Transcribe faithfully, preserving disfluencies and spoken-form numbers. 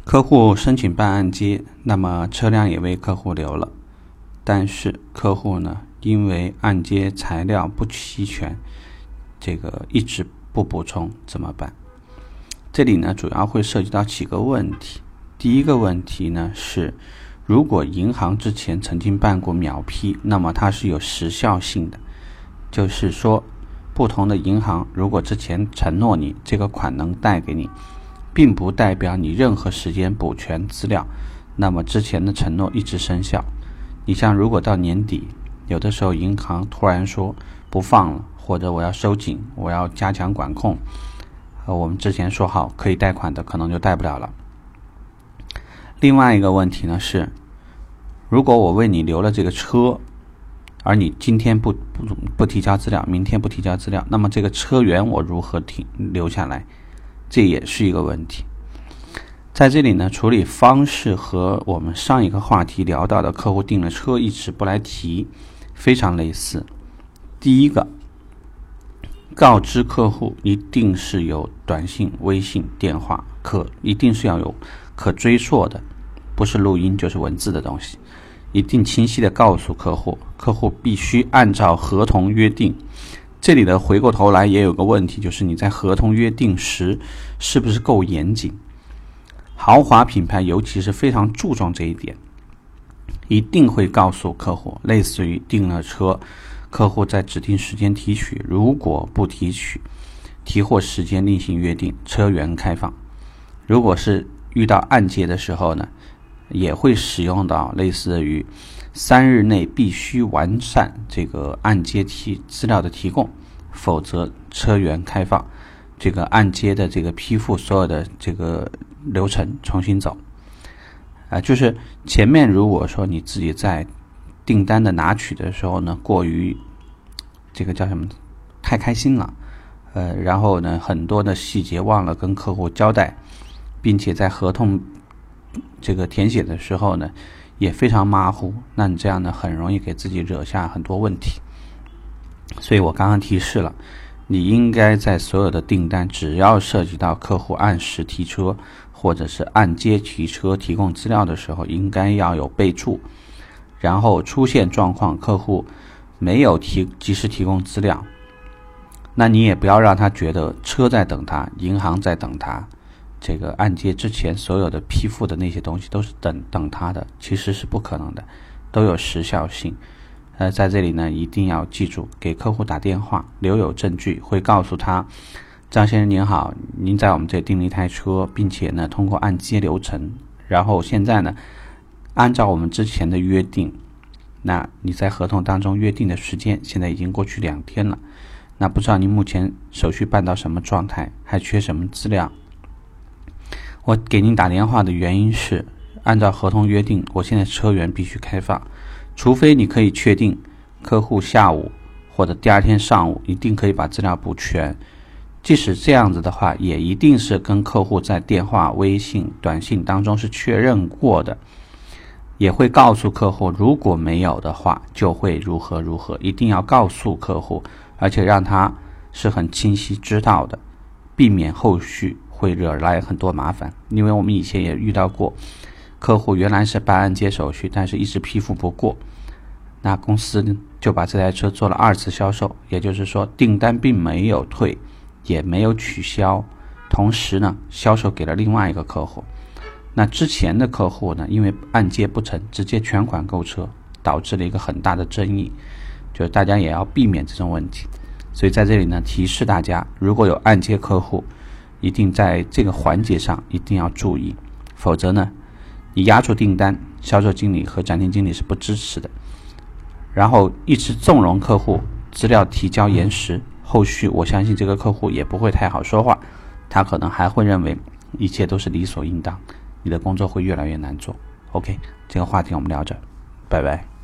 客户申请办按揭，那么车辆也为客户留了，但是客户呢，因为按揭材料不齐全，这个一直不补充怎么办？这里呢，主要会涉及到几个问题。第一个问题呢是，如果银行之前曾经办过秒批，那么它是有时效性的，就是说不同的银行如果之前承诺你这个款能贷给你，并不代表你任何时间补全资料，那么之前的承诺一直生效。你像如果到年底，有的时候银行突然说不放了，或者我要收紧，我要加强管控，呃，我们之前说好可以贷款的，可能就贷不了了。另外一个问题呢是，如果我为你留了这个车，而你今天不不不提交资料，明天不提交资料，那么这个车源我如何提留下来？这也是一个问题。在这里呢，处理方式和我们上一个话题聊到的客户订了车一直不来提非常类似。第一个，告知客户一定是有短信、微信、电话，可一定是要有可追溯的，不是录音就是文字的东西，一定清晰的告诉客户，客户必须按照合同约定。这里的回过头来也有个问题，就是你在合同约定时是不是够严谨？豪华品牌尤其是非常注重这一点，一定会告诉客户，类似于订了车，客户在指定时间提取，如果不提取，提货时间另行约定，车源开放。如果是遇到按揭的时候呢，也会使用到类似于三日内必须完善这个按揭提资料的提供，否则车源开放，这个按揭的这个批复所有的这个流程重新走。啊、呃，就是前面如果说你自己在订单的拿取的时候呢，过于这个叫什么太开心了，呃，然后呢很多的细节忘了跟客户交代，并且在合同这个填写的时候呢也非常马虎，那你这样呢很容易给自己惹下很多问题。所以我刚刚提示了，你应该在所有的订单，只要涉及到客户按时提车或者是按揭提车提供资料的时候，应该要有备注。然后出现状况，客户没有提及时提供资料，那你也不要让他觉得车在等他，银行在等他，这个按揭之前所有的批复的那些东西都是等等他的，其实是不可能的，都有时效性。呃，在这里呢，一定要记住，给客户打电话，留有证据，会告诉他，张先生您好，您在我们这订了一台车，并且呢，通过按揭流程，然后现在呢，按照我们之前的约定，那你在合同当中约定的时间，现在已经过去两天了，那不知道您目前手续办到什么状态，还缺什么资料？我给您打电话的原因是，按照合同约定，我现在车源必须开放，除非你可以确定客户下午或者第二天上午一定可以把资料补全。即使这样子的话，也一定是跟客户在电话、微信、短信当中是确认过的，也会告诉客户，如果没有的话就会如何如何，一定要告诉客户，而且让他是很清晰知道的，避免后续会惹来很多麻烦。因为我们以前也遇到过，客户原来是办按揭手续，但是一直批复不过，那公司就把这台车做了二次销售，也就是说订单并没有退，也没有取消，同时呢销售给了另外一个客户。那之前的客户呢，因为按揭不成，直接全款购车，导致了一个很大的争议，就是大家也要避免这种问题。所以在这里呢，提示大家，如果有按揭客户，一定在这个环节上一定要注意，否则呢你压住订单，销售经理和展厅经理是不支持的，然后一直纵容客户资料提交延时，后续我相信这个客户也不会太好说话，他可能还会认为一切都是理所应当，你的工作会越来越难做。 OK， 这个话题我们聊着，拜拜。